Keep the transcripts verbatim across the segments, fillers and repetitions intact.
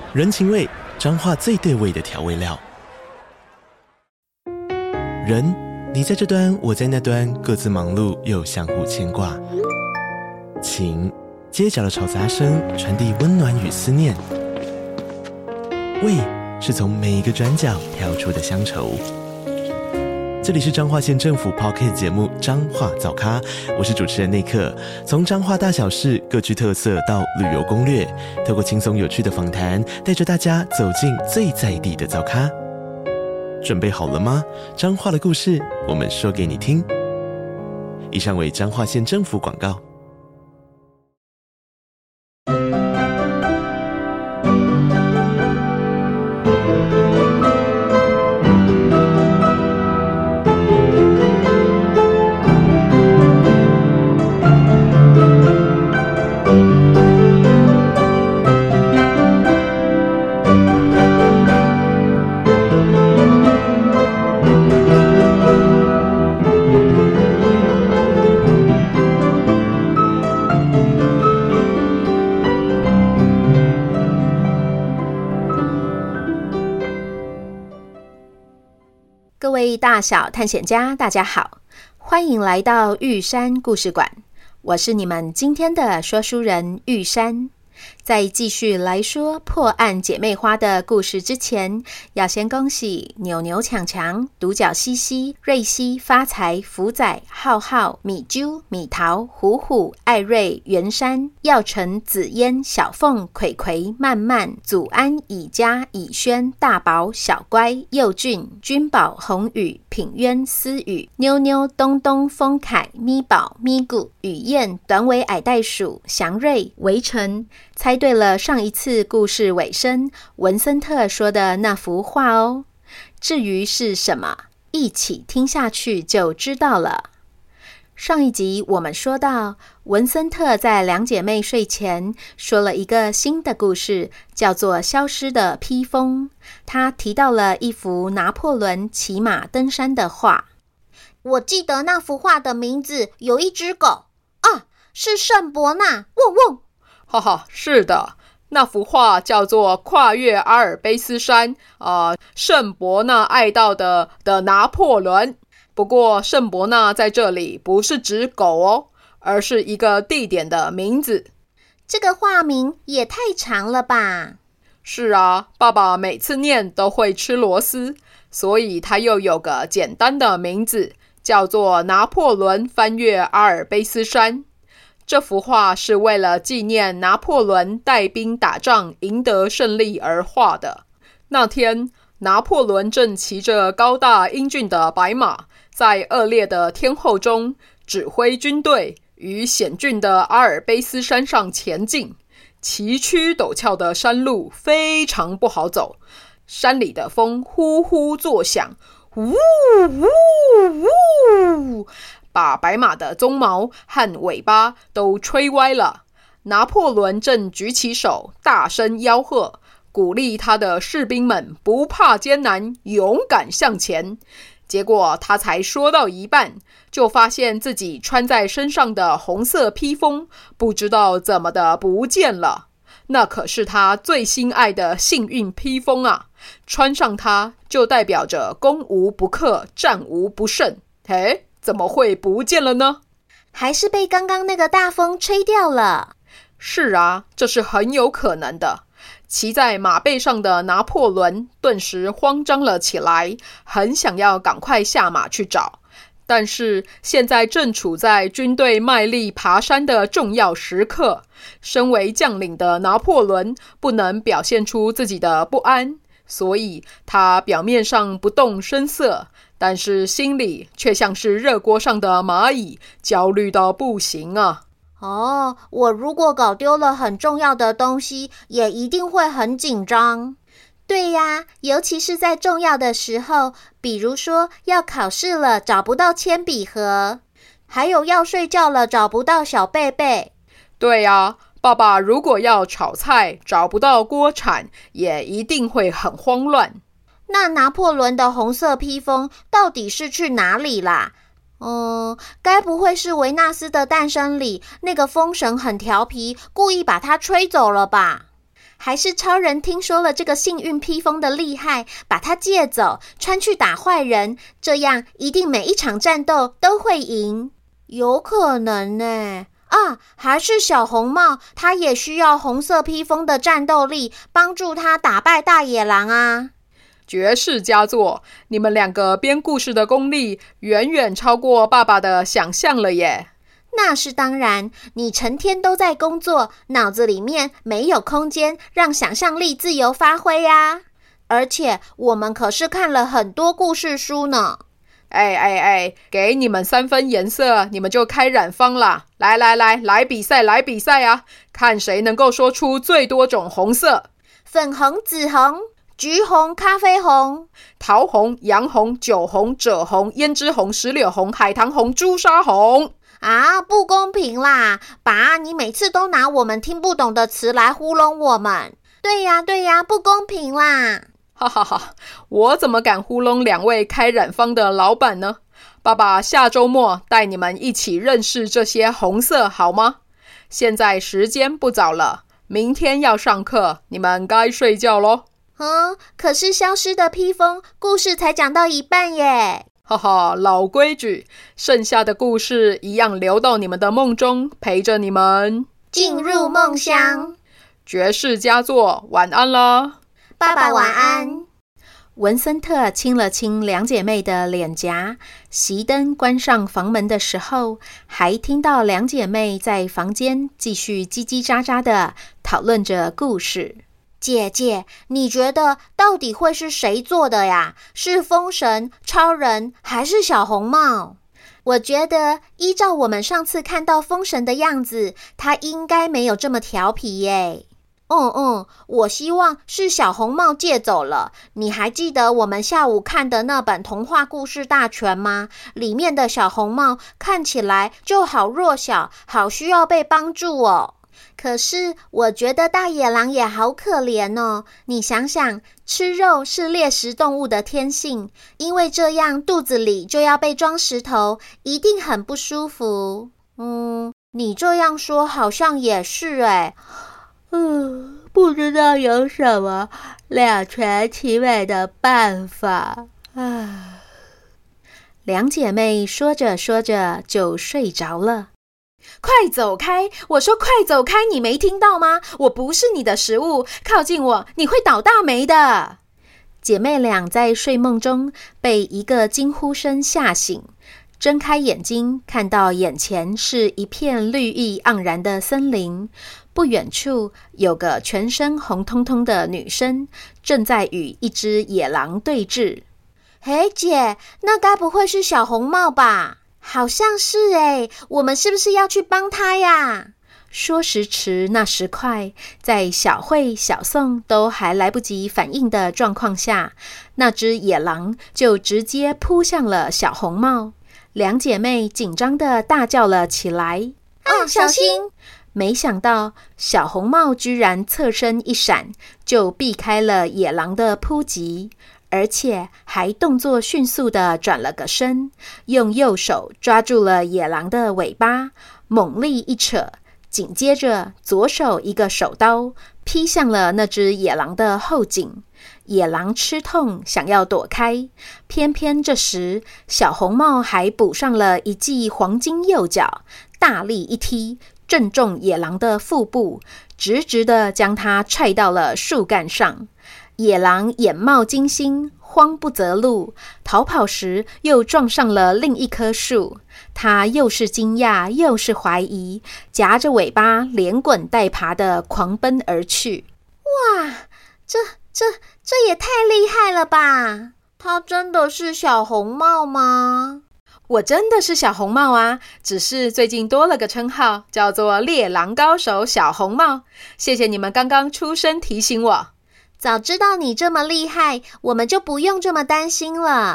人情味，彰化最对味的调味料。人，你在这端，我在那端，各自忙碌又相互牵挂。情，街角的吵杂声传递温暖与思念。味，是从每一个转角跳出的乡愁。这里是彰化县政府 Podcast 节目《彰化早咖》，我是主持人内克。从彰化大小事各具特色到旅游攻略，透过轻松有趣的访谈，带着大家走进最在地的早咖。准备好了吗？彰化的故事，我们说给你听。以上为彰化县政府广告。 各位大小探险家，大家好，欢迎来到玉山故事馆，我是你们今天的说书人玉山。在继续来说破案姐妹花的故事之前，要先恭喜牛牛强强、独角西西、瑞西、发财、福仔、浩浩、米啾、米桃、虎虎、艾瑞、袁山、耀成、紫嫣、小凤、葵葵、曼曼、祖安、以嘉、以轩、大宝、小乖、佑俊、君宝、红宇、品渊、思雨、妞妞、东东、丰凯、咪宝、咪咕、雨燕、短尾矮袋鼠、祥瑞、围城。猜对了上一次故事尾声文森特说的那幅画哦。至于是什么，一起听下去就知道了。上一集我们说到，文森特在两姐妹睡前说了一个新的故事，叫做消失的披风。他提到了一幅拿破仑骑马登山的画。 我记得那幅画的名字有一只狗啊，是圣伯纳，汪汪。 哈哈，是的，那幅画叫做《跨越阿尔卑斯山》，呃，圣伯纳爱到的的拿破仑。不过，圣伯纳在这里不是指狗哦，而是一个地点的名字。 这个画名也太长了吧？ 是啊，爸爸每次念都会吃螺丝，所以他又有个简单的名字，叫做拿破仑翻越阿尔卑斯山。这幅画是为了纪念拿破仑带兵打仗赢得胜利而画的。那天，拿破仑正骑着高大英俊的白马，在恶劣的天候中指挥军队于险峻的阿尔卑斯山上前进。崎岖陡峭的山路非常不好走，山里的风呼呼作响，呜呜呜，把白马的鬃毛和尾巴都吹歪了。拿破仑正举起手，大声吆喝，鼓励他的士兵们不怕艰难，勇敢向前。结果他才说到一半，就发现自己穿在身上的红色披风，不知道怎么的不见了。那可是他最心爱的幸运披风啊！穿上它就代表着攻无不克，战无不胜。嘿，怎么会不见了呢？ 还是被刚刚那个大风吹掉了？ 是啊，这是很有可能的。骑在马背上的拿破仑顿时慌张了起来，很想要赶快下马去找。但是现在正处在军队卖力爬山的重要时刻，身为将领的拿破仑不能表现出自己的不安，所以他表面上不动声色，但是心里却像是热锅上的蚂蚁，焦虑到不行啊。 哦，我如果搞丢了很重要的东西，也一定会很紧张。对呀，尤其是在重要的时候，比如说要考试了找不到铅笔盒，还有要睡觉了找不到小贝贝。 对呀，爸爸如果要炒菜找不到锅铲，也一定会很慌乱。 那拿破仑的红色披风到底是去哪里啦？嗯，该不会是维纳斯的诞生里那个风神很调皮，故意把它吹走了吧？ 还是超人听说了这个幸运披风的厉害，把它借走，穿去打坏人，这样一定每一场战斗都会赢。有可能呢。啊，还是小红帽，他也需要红色披风的战斗力，帮助他打败大野狼啊。 绝世佳作，你们两个编故事的功力远远超过爸爸的想象了耶。 那是当然，你成天都在工作，脑子里面没有空间让想象力自由发挥呀。而且我们可是看了很多故事书呢。 哎哎哎，给你们三分颜色，你们就开染坊啦！来来来，来比赛，来比赛啊！看谁能够说出最多种红色。 粉红、紫红、橘红、咖啡红、 桃红、洋红、酒红、赭红、胭脂红、石榴红、海棠红、朱砂红。 啊，不公平啦！爸，你每次都拿我们听不懂的词来糊弄我们。对呀对呀，不公平啦！ 哈哈哈，我怎么敢糊弄两位开染坊的老板呢？爸爸下周末带你们一起认识这些红色好吗？现在时间不早了，明天要上课，你们该睡觉咯。 嗯，可是消失的披风故事才讲到一半耶。 哈哈，老规矩，剩下的故事一样流到你们的梦中，陪着你们进入梦乡。 绝世佳作，晚安啦。 爸爸晚安。 文森特亲了亲两姐妹的脸颊，熄灯关上房门的时候，还听到两姐妹在房间继续叽叽喳喳的讨论着故事。 姐姐，你觉得到底会是谁做的呀？是风神、超人还是小红帽？我觉得依照我们上次看到风神的样子，他应该没有这么调皮耶。嗯嗯，我希望是小红帽借走了。你还记得我们下午看的那本童话故事大全吗？里面的小红帽看起来就好弱小，好需要被帮助哦。可是我觉得大野狼也好可怜哦。你想想，吃肉是猎食动物的天性，因为这样肚子里就要被装石头，一定很不舒服。嗯，你这样说好像也是诶。 嗯，不知道有什么两全其美的办法。唉， 两姐妹说着说着就睡着了。 快走开！我说快走开，你没听到吗？我不是你的食物，靠近我，你会倒大霉的。 姐妹俩在睡梦中被一个惊呼声吓醒，睁开眼睛，看到眼前是一片绿意盎然的森林。不远处有个全身红彤彤的女生，正在与一只野狼对峙。 嘿，姐，那该不会是小红帽吧？好像是诶，我们是不是要去帮她呀？ 说时迟，那时快，在小慧、小宋都还来不及反应的状况下，那只野狼就直接扑向了小红帽。两姐妹紧张地大叫了起来：“ 啊，小心！” 没想到小红帽居然侧身一闪，就避开了野狼的扑击，而且还动作迅速地转了个身，用右手抓住了野狼的尾巴，猛力一扯，紧接着左手一个手刀劈向了那只野狼的后颈。野狼吃痛想要躲开，偏偏这时小红帽还补上了一记黄金右脚，大力一踢，正中野狼的腹部，直直地将它踹到了树干上。野狼眼冒金星，慌不择路，逃跑时又撞上了另一棵树。它又是惊讶又是怀疑，夹着尾巴连滚带爬地狂奔而去。 哇，这这这也太厉害了吧！它真的是小红帽吗？ 我真的是小红帽啊，只是最近多了个称号，叫做猎狼高手小红帽。谢谢你们刚刚出声提醒我。 早知道你这么厉害，我们就不用这么担心了。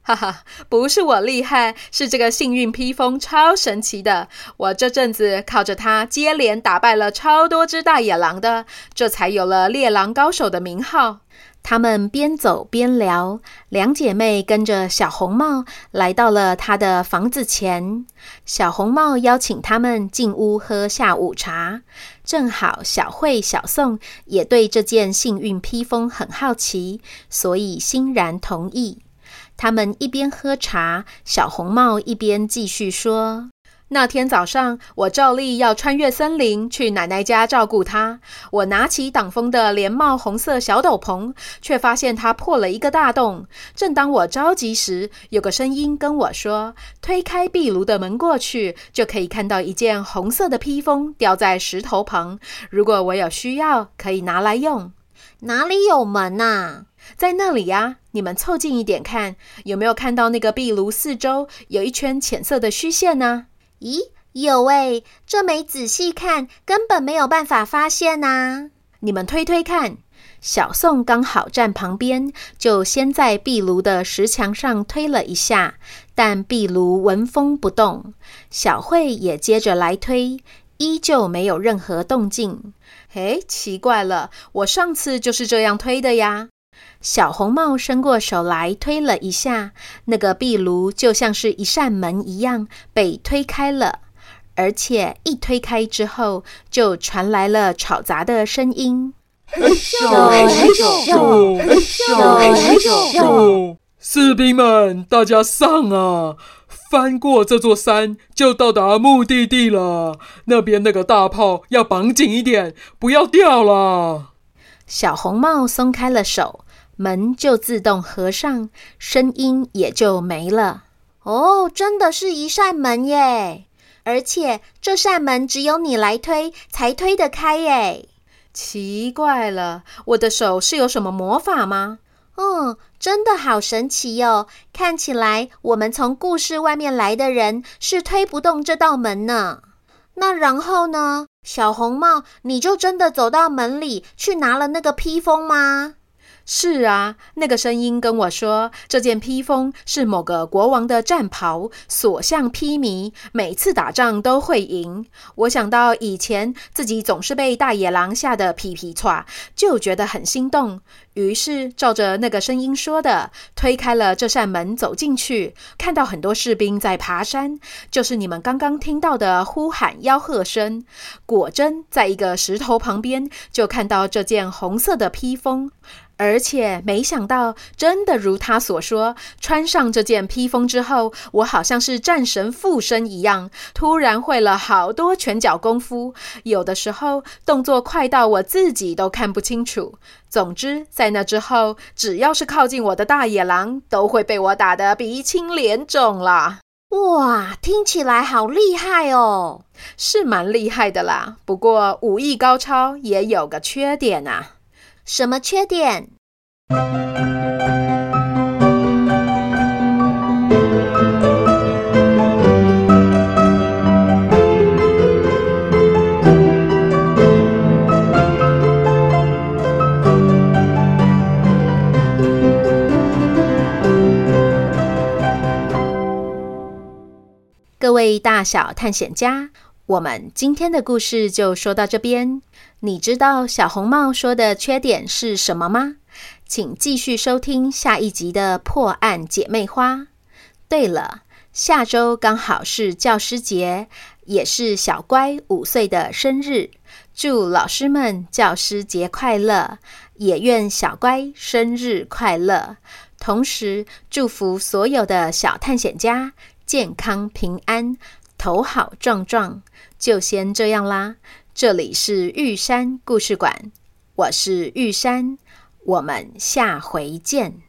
哈哈，不是我厉害，是这个幸运披风超神奇的。我这阵子靠着它接连打败了超多只大野狼的，这才有了猎狼高手的名号。 他们边走边聊，两姐妹跟着小红帽来到了她的房子前。小红帽邀请他们进屋喝下午茶，正好小慧、小宋也对这件幸运披风很好奇，所以欣然同意。他们一边喝茶，小红帽一边继续说： 那天早上，我照例要穿越森林去奶奶家照顾她。我拿起挡风的连帽红色小斗篷，却发现它破了一个大洞。正当我着急时，有个声音跟我说，推开壁炉的门过去，就可以看到一件红色的披风吊在石头旁。如果我有需要，可以拿来用。 哪里有门啊？ 在那里呀，你们凑近一点看，有没有看到那个壁炉四周有一圈浅色的虚线呢？ 咦，有诶，这没仔细看，根本没有办法发现啊。 你们推推看。 小宋刚好站旁边，就先在壁炉的石墙上推了一下，但壁炉纹风不动。小慧也接着来推，依旧没有任何动静。 诶，奇怪了，我上次就是这样推的呀。 小红帽伸过手来推了一下，那个壁炉就像是一扇门一样被推开了，而且一推开之后，就传来了吵杂的声音。 嘿咻嘿咻嘿咻嘿咻！士兵们，大家上啊！翻过这座山就到达目的地了。那边那个大炮要绑紧一点，不要掉了。 小红帽松开了手，门就自动合上，声音也就没了。 哦，真的是一扇门耶！而且这扇门只有你来推才推得开耶。 奇怪了，我的手是有什么魔法吗？ 嗯，真的好神奇哦！看起来我们从故事外面来的人是推不动这道门呢。那然后呢？小红帽，你就真的走到门里去拿了那个披风吗？ 是啊，那个声音跟我说，这件披风是某个国王的战袍，所向披靡，每次打仗都会赢。我想到以前自己总是被大野狼吓得皮皮剉，就觉得很心动，于是照着那个声音说的，推开了这扇门走进去，看到很多士兵在爬山，就是你们刚刚听到的呼喊吆喝声。果真在一个石头旁边，就看到这件红色的披风。而且没想到，真的如他所说，穿上这件披风之后，我好像是战神附身一样，突然会了好多拳脚功夫，有的时候动作快到我自己都看不清楚。总之，在那之后，只要是靠近我的大野狼，都会被我打得鼻青脸肿啦。 哇，听起来好厉害哦！ 是蛮厉害的啦，不过武艺高超也有个缺点啊。 什么缺点？ 各位大小探险家，我们今天的故事就说到这边。你知道小红帽说的缺点是什么吗？请继续收听下一集的破案姐妹花。对了，下周刚好是教师节，也是小乖五岁的生日，祝老师们教师节快乐，也愿小乖生日快乐。同时祝福所有的小探险家健康平安，头好壮壮。就先这样啦，这里是玉山故事馆，我是玉山，我们下回见。